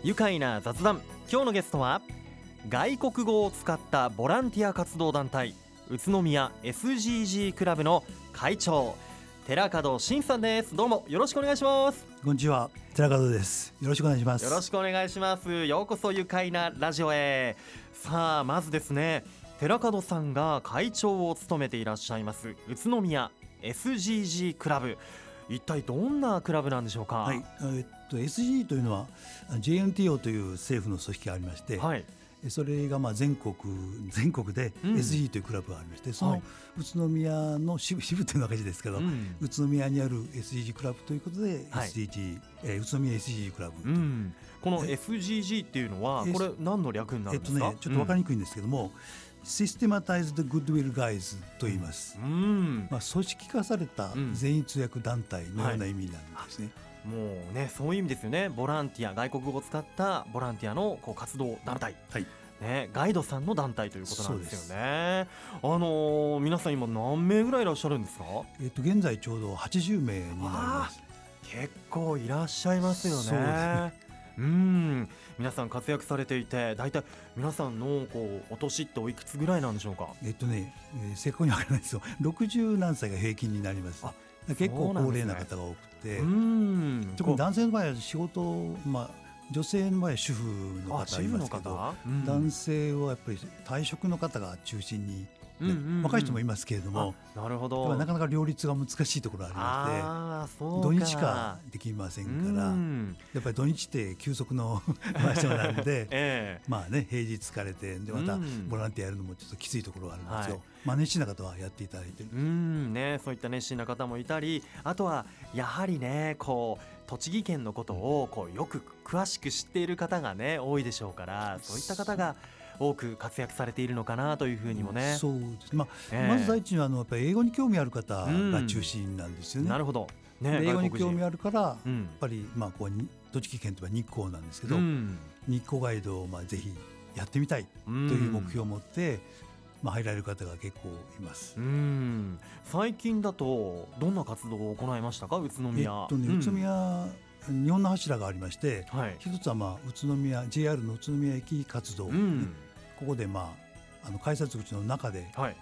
愉快な雑談。今日のゲストは外国語を使ったボランティア活動団体宇都宮 SGG クラブの会長寺門真さんです。どうもよろしくお願いします。 こんにちは、寺門です。よろしくお願いします。 よろしくお願いします。ようこそ愉快なラジオへ。さあまずですね、寺門さんが会長を務めていらっしゃいます宇都宮 SGG クラブ、一体どんなクラブなんでしょうか？ はい、SG というのは JNTO という政府の組織がありまして、 はい、 それが全国で SG というクラブがありまして、その宇都宮の支部というのはおかしいですけど、宇都宮にある SG クラブということで、 はい、 宇都宮 SG クラブ、 この SGG っていうのはこれ何の略になるんですか？ ちょっと分かりにくいんですけども、Systematized Goodwill Guys と言います。組織化された善意通訳団体のような意味なんですね。 もうね、そういう意味ですよね。ボランティア、外国語を使ったボランティアの活動団体、ガイドさんの団体ということなんですよね。皆さん今何名ぐらいいらっしゃるんですか？ 現在ちょうど80名になります。 結構いらっしゃいますよね。 そうですね。 皆さん活躍されていて、だいたい皆さんのお年っておいくつぐらいなんでしょうか？ 正確には分からないですよ。60何歳が平均になります。結構高齢な方が多くて、特に男性の場合は仕事、女性の場合は主婦の方がいますけど、男性はやっぱり退職の方が中心に、若い人もいますけれども、 なるほど、 なかなか両立が難しいところがありまして、土日しかできませんから、やっぱり土日って休息の場所なんで、平日疲れて、でまたボランティアやるのもちょっときついところがあるんですよ。熱心な方はやっていただいてる。 そういった熱心な方もいたり、あとはやはりね、栃木県のことをよく詳しく知っている方がね多いでしょうから、そういった方が多く活躍されているのかなというふうにもね。 そうです。まず第一にはやっぱり英語に興味ある方が中心なんですよね。 なるほど、 英語に興味あるから、やっぱり栃木県というのは日光なんですけど、日光ガイドをぜひやってみたいという目標を持って入られる方が結構います。 最近だとどんな活動を行いましたか？宇都宮。 宇都宮日本の柱がありまして、一つは宇都宮 JR の宇都宮駅活動、ここで改札口の中で、外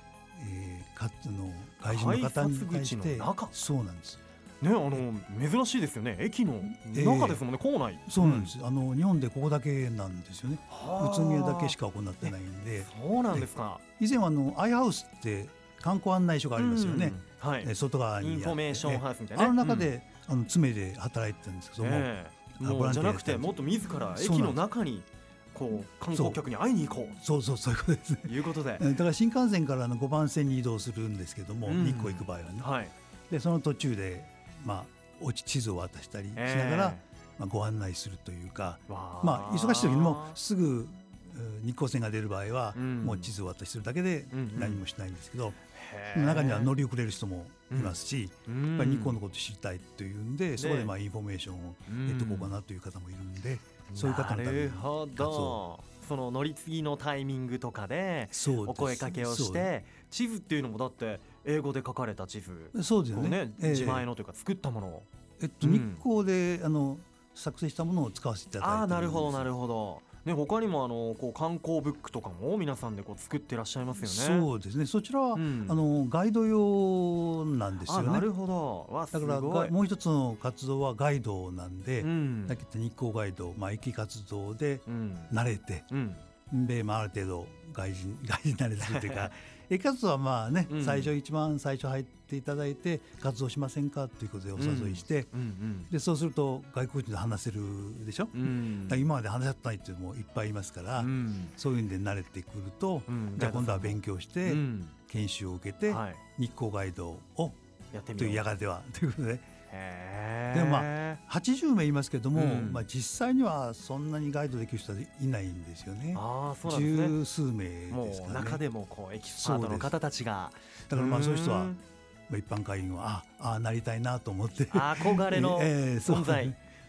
人の方に対して、そうなんですね、珍しいですよね。駅の中ですもんね、構内。 そうなんです。日本でここだけなんですよね。宇都宮だけしか行ってないんで。 そうなんですか。 以前はアイハウスって観光案内所がありますよね。外側にインフォメーションハウスみたいな、 の中で詰めで働いてたんですけども、 じゃなくてもっと自ら駅の中に観光客に会いに行こう。 そういうことですね。 いうことで、 だから新幹線から5番線に移動するんですけども、日光行く場合はね、でその途中で地図を渡したりしながらご案内するというか、忙しい時にもすぐ日光線が出る場合はもう地図を渡しするだけで何もしないんですけど、中には乗り遅れる人もいますし、やっぱり日光のことを知りたいというんで、そこでインフォメーションを得ておこうかなという方もいるんで、そういう方のために活動、 その乗り継ぎのタイミングとかでお声かけをして、地図っていうのもだって英語で書かれた地図、 そうですよね、 自前のというか作ったものを、 日光で作成したものを使わせていただいて。 なるほどなるほど。他にも観光ブックとかも皆さんで作ってらっしゃいますよね。 そうですね。そちらは、ガイド用なんですよね。 なるほど。 だからもう一つの活動はガイドなんで、さっき言った日光ガイド、駅活動で慣れて、である程度外人慣れするというか駅活動は一番最初入っていただいて活動しませんかということでお誘いして、でそうすると外国人と話せるでしょ。今まで話し合ったないっていうのもいっぱいいますから、そういうので慣れてくると、じゃあ今度は勉強して研修を受けて日光ガイドをというやがてはということで。でも80名いますけども、実際にはそんなにガイドできる人はいないんですよね。十数名ですからね。 中でもエキスパートの方たちが、 だからそういう人は一般会員はなりたいなと思って憧れの存在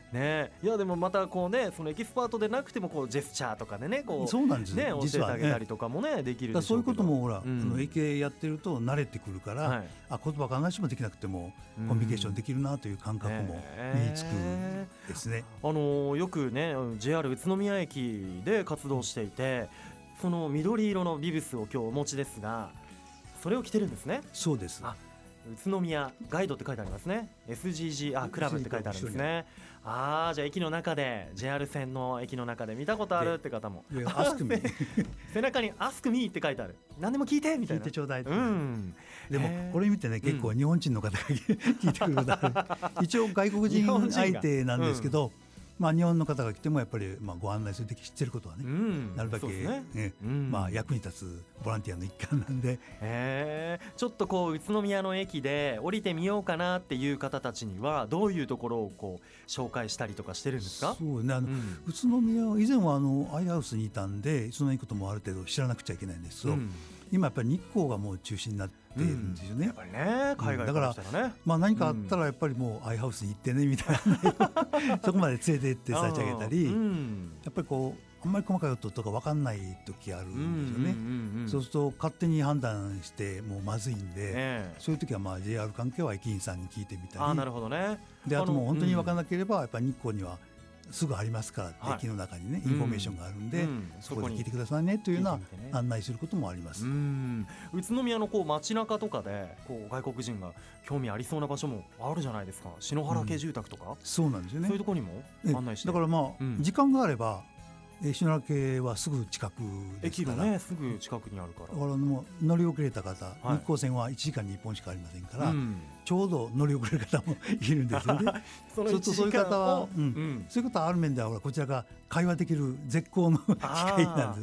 ね、いやでもまたこうね、そのエキスパートでなくてもこうジェスチャーとかでね、こうそうなんですね、教えてあげたりとかもね、できるでしょうけど、 そういうこともほら、AK やってると慣れてくるから、言葉必ずしもできなくてもコミュニケーションできるなという感覚も身につくですね。 よくね JR 宇都宮駅で活動していて、その緑色のビブスを今日お持ちですが、それを着てるんですね。 そうです。 宇都宮ガイドって書いてありますね。 SGG クラブって書いてあるんですね。じゃあ駅の中で JR 線の駅の中で見たことあるって方も背中に Ask me って書いてある。何でも聞いてみたいな、 聞いてちょうだい、でもこれ見てね、結構日本人の方が聞いてくることある一応外国人相手なんですけど、日本の方が来てもやっぱりご案内するとき知ってることはね、なるだけ、役に立つボランティアの一環なんで、 ちょっとこう宇都宮の駅で降りてみようかなっていう方たちにはどういうところをこう紹介したりとかしてるんですか？ そうね、宇都宮以前はアイハウスにいたんで宇都宮行くこともある程度知らなくちゃいけないんですけど、今やっぱり日光がもう中心になっているんですよね。 やっぱりね、海外からしたらね、 何かあったらやっぱりもうアイハウスに行ってねみたいなそこまで連れて行って差し上げたり、やっぱりこうあんまり細かいこととか分かんない時あるんですよね。そうすると勝手に判断してもうまずいんで、そういう時はJR 関係は駅員さんに聞いてみたり、 なるほどね。 であともう本当に分からなければやっぱり日光にはすぐありますから、駅の中にねインフォメーションがあるんで、そこで聞いてくださいねというような案内することもあります。 宇都宮のこう街中とかでこう外国人が興味ありそうな場所もあるじゃないですか。篠原家住宅とか、 そうなんですよね。 そういうところにも案内して、 だから時間があれば篠原家はすぐ近くですから、 駅がねすぐ近くにあるから、 だからもう乗り遅れた方、日光線は1時間に1本しかありませんから、ちょうど乗り遅れる方もいるんですよねそういう方は、そういうことはある面ではこちらが会話できる絶好の機会なんです。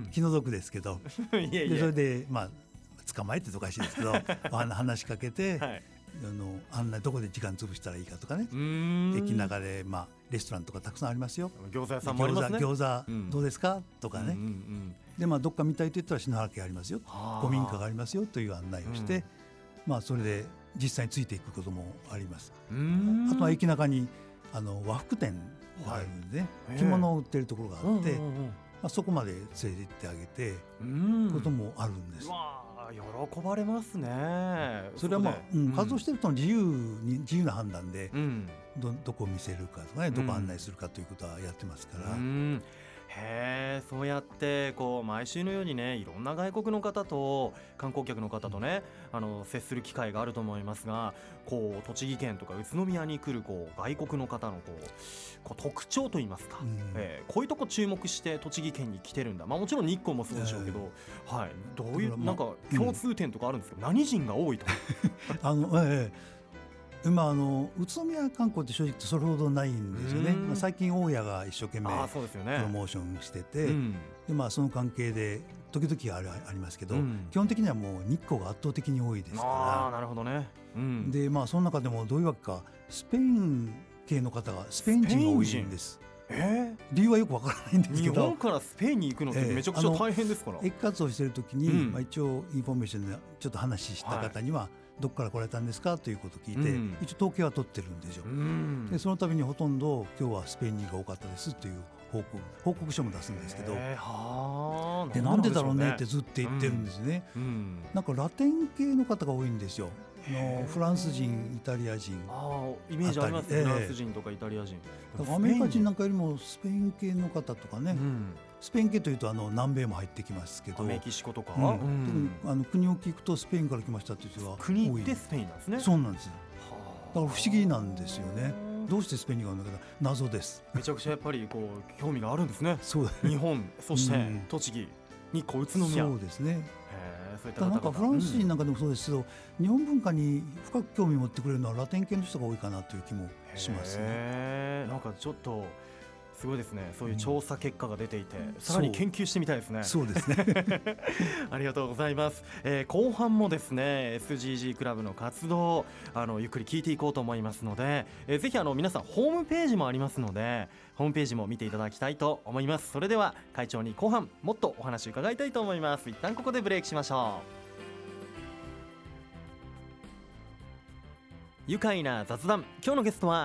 気の毒ですけどでそれで捕まえてとおかしいですけど話しかけて、案内どこで時間潰したらいいかとかね、駅の中でレストランとかたくさんありますよ。 餃子屋さんもありますね。 餃子どうですかとかね、でどっか見たいと言ったら篠原家ありますよ、古民家がありますよという案内をして、それで実際についていくこともあります。あとは駅中に和服店があるんで、着物を売ってるところがあって、そこまで連れて行ってあげてこともあるんです。 喜ばれますね。 それは活動してる人の自由な判断で、どこを見せるかとかね、どこを案内するかということはやってますから。 そうやってこう毎週のようにね、いろんな外国の方と観光客の方とね、接する機会があると思いますが、こう栃木県とか宇都宮に来るこう外国の方のこう特徴といいますか、こういうとこ注目して栃木県に来てるんだ。もちろん日光もそうでしょうけど、どういうなんか共通点とかあるんですか？何人が多いとか今宇都宮観光って正直それほどないんですよね。最近大家が一生懸命プロモーションしてて、でその関係で時々ありますけど、基本的にはもう日光が圧倒的に多いですから。 なるほどね。 でその中でもどういうわけかスペイン系の方がスペイン人が多いんです。理由はよくわからないんですけど、 日本からスペインに行くのってめちゃくちゃ大変ですから。 駅活動してる時に、一応インフォメーションでちょっと話した方には、どこから来られたんですかということを聞いて、一応統計は取ってるんですよ。でその度にほとんど今日はスペイン人が多かったですという報告書も出すんですけど、でなんでだろうねってずっと言ってるんですね。なんかラテン系の方が多いんですよ。フランス人、イタリア人、 イメージありますね。フランス人とかイタリア人、 アメリカ人なんかよりもスペイン系の方とかね、スペイン系というと南米も入ってきますけど、 メキシコとか、 特に国を聞くとスペインから来ましたという人が多い。 国ってスペインなんですね。 そうなんです。だから不思議なんですよね。どうしてスペインがあるのか謎です。 めちゃくちゃやっぱりこう興味があるんですね。日本、そして栃木、日光、宇都宮。 そうですね。なんかフランス人なんかでもそうですけど、日本文化に深く興味を持ってくれるのはラテン系の人が多いかなという気もしますね。 なんかちょっとすごいですね。そういう調査結果が出ていて、さらに研究してみたいですね。 そうですねありがとうございます。後半もですね SGG クラブの活動ゆっくり聞いていこうと思いますので、ぜひ皆さんホームページもありますので、ホームページも見ていただきたいと思います。それでは会長に後半もっとお話伺いたいと思います。一旦ここでブレイクしましょう。愉快な雑談、今日のゲストは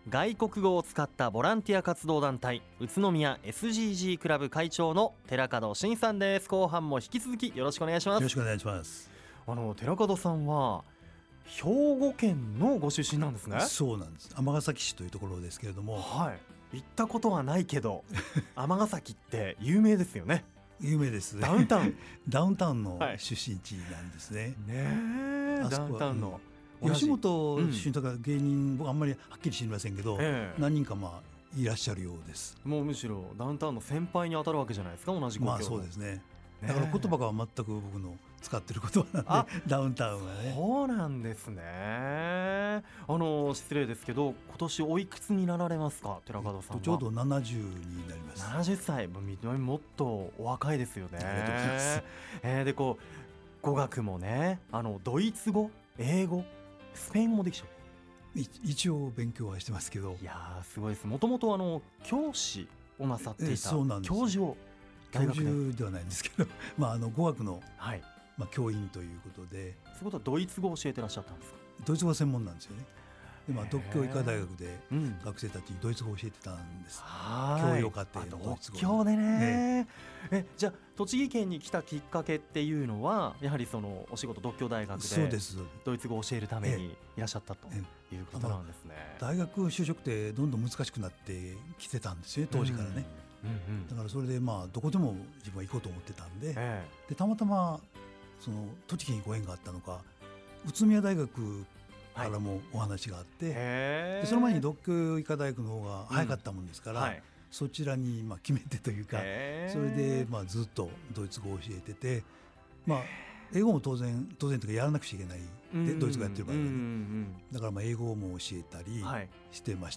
外国語を使ったボランティア活動団体宇都宮 SGG クラブ会長の寺門真さんです。後半も引き続きよろしくお願いします。 よろしくお願いします。 寺門さんは兵庫県のご出身なんですね。 そうなんです。尼崎市というところですけれども、 はい、行ったことはないけど尼崎って有名ですよね。 有名ですね。 ダウンタウンダウンタウンの出身地なんですね。 ね、ダウンタウンの吉本出身とか芸人、僕あんまりはっきり知りませんけど、何人かいらっしゃるようです。 もうむしろダウンタウンの先輩に当たるわけじゃないですか、同じ故郷の。 そうですね。だから言葉が全く僕の使ってる言葉なんで、ダウンタウンはね。 そうなんですね。失礼ですけど、今年おいくつになられますか、寺門さんは。 ちょうど70になります。 70歳、もっとお若いですよね。 ありがとうございます。 で語学もね、ドイツ語、英語、スペイン語もできちゃう。 一応勉強はしてますけど。 いやすごいです。もともと教師をなさっていた、 そうなんです。 教授を教授ではないんですけど語学の、教員ということで。 そういうことはドイツ語を教えてらっしゃったんですか。 ドイツ語専門なんですよね。で独協医科大学で学生たちにドイツ語を教えてたんです。教養課程のドイツ語。 独協でね。じゃあ栃木県に来たきっかけっていうのはやはりそのお仕事、独協大学でドイツ語を教えるためにいらっしゃったということなんですね。 大学就職ってどんどん難しくなってきてたんですよね、当時からね。だからそれでどこでも自分は行こうと思ってたんで、でたまたまその栃木にご縁があったのか、宇都宮大学からもお話があって、でその前に独協医科大学の方が早かったもんですから、そちらに決めてというか、それでずっとドイツ語を教えてて、英語も当然というかやらなくちゃいけないで、ドイツ語やってる場合はね。だから英語も教えたりしてました。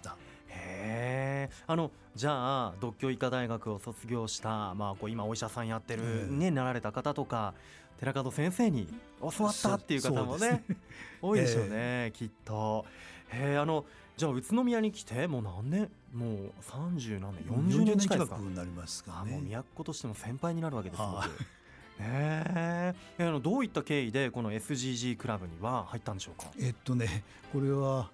じゃあ独協医科大学を卒業した、今お医者さんやってる、なられた方とか、寺門先生に教わったっていう方もね多いでしょうね、きっと。じゃあ宇都宮に来てもう何年、もう30何年、40年近いですか。 になりますかね。 もう都としても先輩になるわけですよ。どういった経緯でこの SGG クラブには入ったんでしょうか。 これは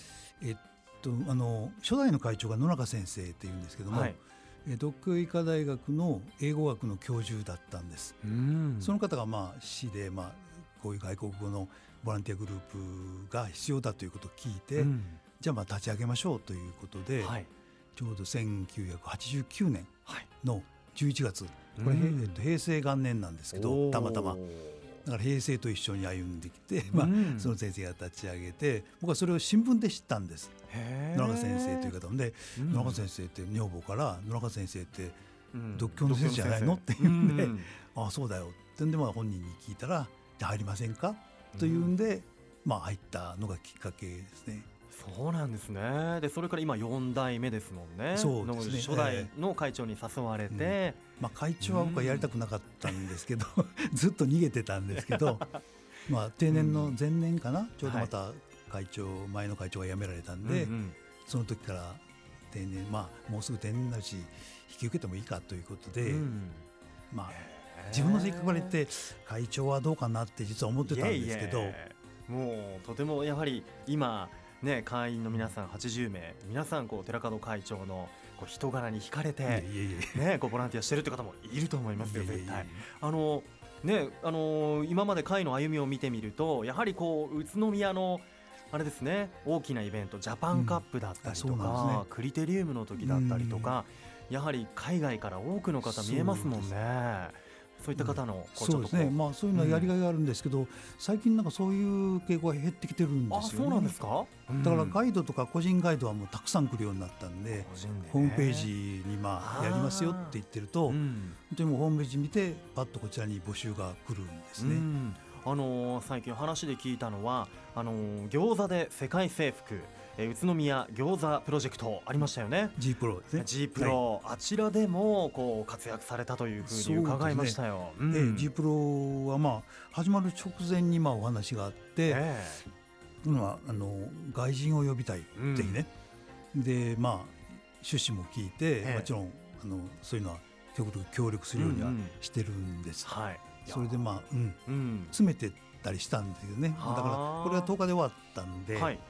初代の会長が野中先生っていうんですけども、独協医科大学の英語学の教授だったんです。その方が市でこういう外国語のボランティアグループが必要だということを聞いて、じゃあ立ち上げましょうということで、ちょうど1989年の11月、これ平成元年なんですけど、たまたまだから平成と一緒に歩んできて、その先生が立ち上げて、僕はそれを新聞で知ったんです。野中先生という方で、野中先生って女房から野中先生って独協の先生じゃないのって言うんで、ああそうだよってんで本人に聞いたら、じゃあ入りませんかというんで、入ったのがきっかけですね。 そうなんですね。でそれから今4代目ですもんね。 そうですね。 初代の会長に誘われて、 会長は僕はやりたくなかったんですけどずっと逃げてたんですけど定年の前年かな、ちょうどまた前の会長が辞められたんで、その時から定年、もうすぐ定年になるし引き受けてもいいかということで、自分の性格から言って会長はどうかなって実は思ってたんですけど、 もうとてもやはり今ね、会員の皆さん80名、皆さん寺門会長の人柄に惹かれてボランティアしてるって方もいると思いますよ、絶対。今まで会の歩みを見てみると、やはり宇都宮のあれですね、大きなイベント、ジャパンカップだったりとか、クリテリウムの時だったりとか、やはり海外から多くの方見えますもんね。そういった方のそうですね、そういうのはやりがいがあるんですけど、最近そういう傾向が減ってきてるんですよね。 そうなんですか。 だからガイドとか個人ガイドはもうたくさん来るようになったんで、ホームページにやりますよって言ってると、でもホームページ見てパッとこちらに募集が来るんですね。 最近話で聞いたのは餃子で世界征服、宇都宮餃子プロジェクトありましたよね。 G プロですね。 G プロ、あちらでも活躍されたというふうに伺いましたよ。 G プロは始まる直前にお話があって、外人を呼びたいぜひね、で趣旨も聞いて、もちろんそういうのは協力するようにはしてるんです。それで詰めてったりしたんですけどね。だからこれは10日で終わったんで、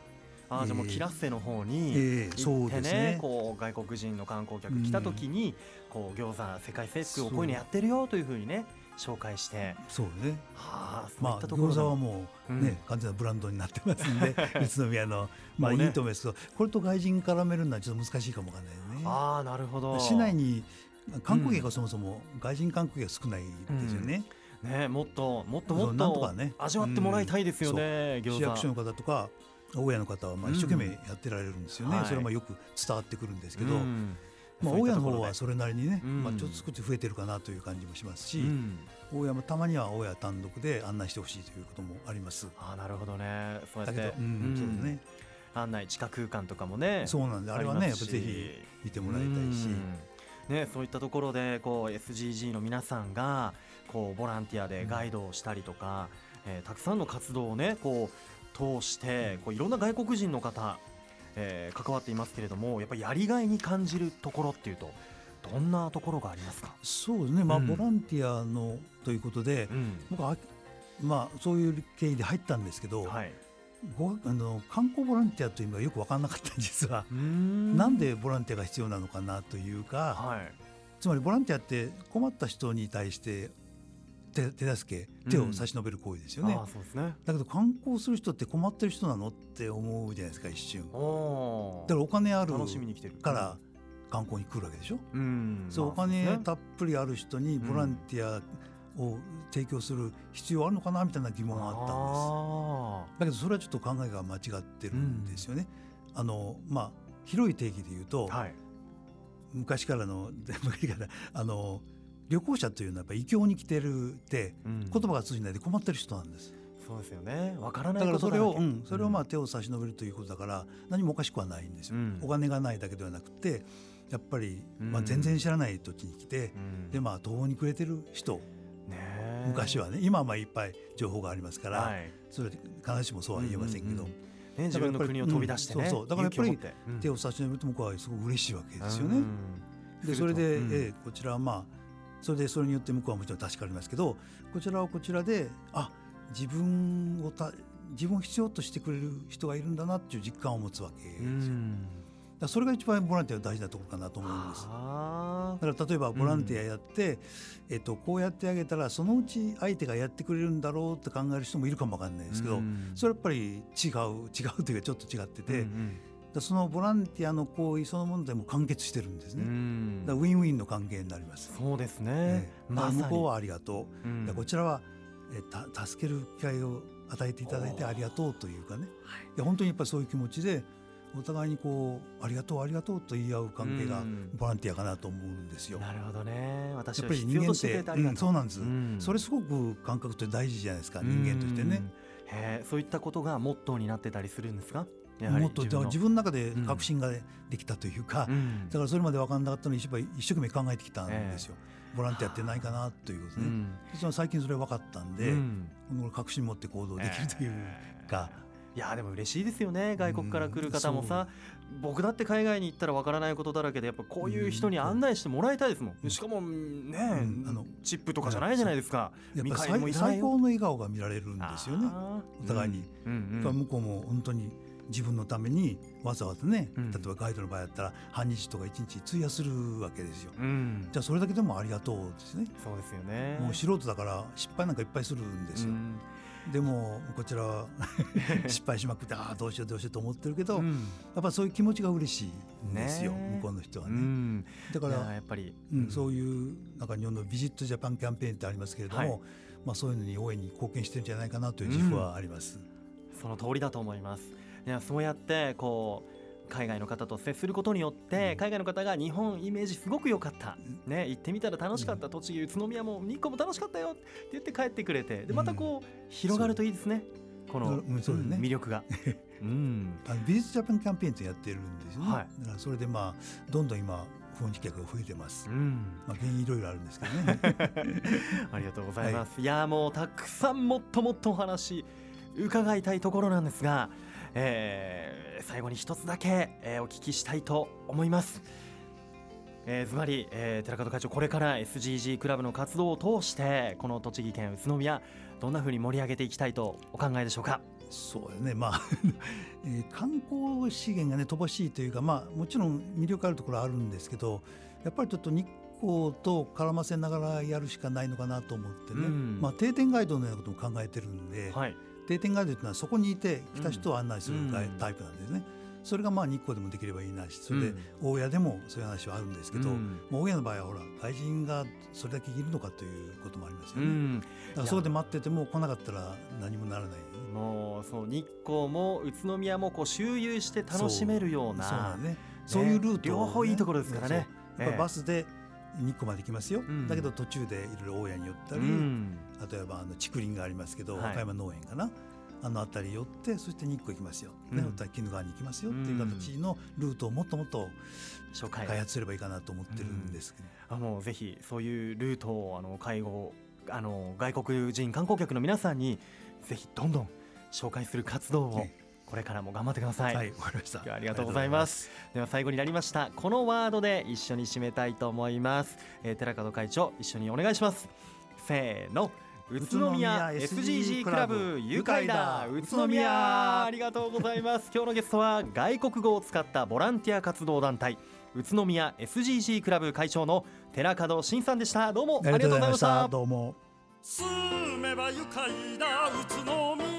じゃあもうキラッセの方に行ってそうですね、 こう外国人の観光客来た時にこう餃子世界征服をこういうのやってるよというふうにね紹介して、 そうね、 そういったところ餃子はもうね、完全なブランドになってますんで宇都宮のいいと思いますけど、これと外人絡めるのはちょっと難しいかもわかんないね。 なるほど。 市内に観光客がそもそも外人観光客が少ないですよね。 もっとなんとかね味わってもらいたいですよね。 市役所の方とか大家の方は一生懸命やってられるんですよね。それはよく伝わってくるんですけど、大家の方はそれなりにね、ちょっと少し増えてるかなという感じもしますし、大家もたまには大家単独で案内してほしいということもあります。 なるほどね。そうやってそうね、 案内地下空間とかもね、 そうなんで、あれはねやっぱぜひ見てもらいたいし、 そういったところでこう SGG の皆さんがこうボランティアでガイドをしたりとか、たくさんの活動をねこう通してこういろんな外国人の方、関わっていますけれども、やっぱりやりがいに感じるところっていうとどんなところがありますか？ そうですね、ボランティアのということで、僕はそういう経緯で入ったんですけど、観光ボランティアという意味はよく分からなかった実は。なんでボランティアが必要なのかなというか、つまりボランティアって困った人に対して手助け、手を差し伸べる行為ですよね。 そうですね。 だけど観光する人って困ってる人なのって思うじゃないですか、一瞬。だからお金あるから観光に来るわけでしょ。そうお金たっぷりある人にボランティアを提供する必要あるのかなみたいな疑問があったんです。だけどそれはちょっと考えが間違ってるんですよね。広い定義で言うと、昔から旅行者というのはやっぱり異境に来てるって言葉が通じないで困ってる人なんです。 そうですよね。わからないことだからそれを手を差し伸べるということだから何もおかしくはないんですよ。お金がないだけではなくてやっぱり全然知らない土地に来て、で途方に暮れてる人、昔はね、今はいっぱい情報がありますから、それ必ずしもそうは言えませんけど、 自分の国を飛び出してね、 だからやっぱり手を差し伸べると僕はすごく嬉しいわけですよね。でそれでこちらはそれによって向こうはもちろん助かりますけど、こちらはこちらで自分を必要としてくれる人がいるんだなっていう実感を持つわけですよ。だそれが一番ボランティアの大事なところかなと思うんです。だから例えばボランティアやって、こうやってあげたらそのうち相手がやってくれるんだろうって考える人もいるかもわかんないですけど、それはやっぱり違うというかちょっと違ってて、そのボランティアの行為そのものでも完結してるんですね。だからウィンウィンの関係になります。 そうですね。 向こうはありがとう、こちらは助ける機会を与えていただいてありがとうというかね、本当にやっぱりそういう気持ちでお互いにありがとうありがとうと言い合う関係がボランティアかなと思うんですよ。 なるほどね。私は必要としてくれてありがとう。 そうなんです。それすごく感覚って大事じゃないですか、人間としてね。 そういったことがモットーになってたりするんですか？ もっと自分の中で確信ができたというか、だからそれまで分からなかったのに一生懸命考えてきたんですよ。ボランティアってないかなということでね。最近それ分かったんで、確信持って行動できるというか。 いやでも嬉しいですよね。外国から来る方もさ、僕だって海外に行ったら分からないことだらけで、やっぱこういう人に案内してもらいたいですもん。しかもね、チップとかじゃないじゃないですか。 やっぱ最高の笑顔が見られるんですよね、お互いに。向こうも本当に自分のためにわざわざね、例えばガイドの場合だったら半日とか1日費やするわけですよ。じゃあそれだけでもありがとうですね。 そうですよね。 もう素人だから失敗なんかいっぱいするんですよ。でもこちらは失敗しまくってどうしようと思ってるけど、やっぱそういう気持ちが嬉しいんですよ、向こうの人はね。だからやっぱりそういう日本のビジットジャパンキャンペーンってありますけれども、そういうのに大いに貢献してるんじゃないかなという自負はあります。 その通りだと思います。いやそうやって海外の方と接することによって、海外の方が日本イメージすごく良かった、行ってみたら楽しかった、栃木宇都宮も日光も楽しかったよって言って帰ってくれて、でまた広がるといいですね、この魅力が。 ビジットジャパンキャンペーンってやってるんですよね。だからそれでどんどん今訪日客が増えてます。原因いろいろあるんですけどね。 ありがとうございます。いやもうたくさんもっともっとお話伺いたいところなんですが、最後に一つだけ、お聞きしたいと思います。ずばり、寺門会長、これから SGG クラブの活動を通してこの栃木県宇都宮どんな風に盛り上げていきたいとお考えでしょうか？ そうですね、観光資源がね乏しいというか、もちろん魅力あるところはあるんですけど、やっぱりちょっと日光と絡ませながらやるしかないのかなと思ってね、定点ガイドのようなことも考えてるんで、定点ガイドというのはそこにいて来た人を案内するタイプなんですね。それが日光でもできればいいなし、それで大谷でもそういう話はあるんですけど、大谷の場合は外人がそれだけいるのかということもありますよね。だからそこで待ってても来なかったら何もならない。 もうそう日光も宇都宮も周遊して楽しめるような、 そういうルートを、 両方いいところですからね。 やっぱバスで日光まで行きますよ、だけど途中でいろいろ大谷に寄ったり、例えば竹林がありますけど、和歌山農園かな、辺り寄って、そして日光行きますよ、鬼怒川に行きますよっていう形のルートをもっともっと開発すればいいかなと思ってるんですけど、 もうぜひそういうルートを外国人観光客の皆さんにぜひどんどん紹介する活動をこれからも頑張ってください。 はい、わかりました。 ありがとうございます。では最後になりました、このワードで一緒に締めたいと思います。寺門会長、一緒にお願いします。せーの。宇都宮 SGG クラブ愉快だ宇都宮。ありがとうございます。今日のゲストは外国語を使ったボランティア活動団体宇都宮 SGG クラブ会長の寺門真さんでした。どうもありがとうございました。 どうも。 住めば愉快だ宇都宮。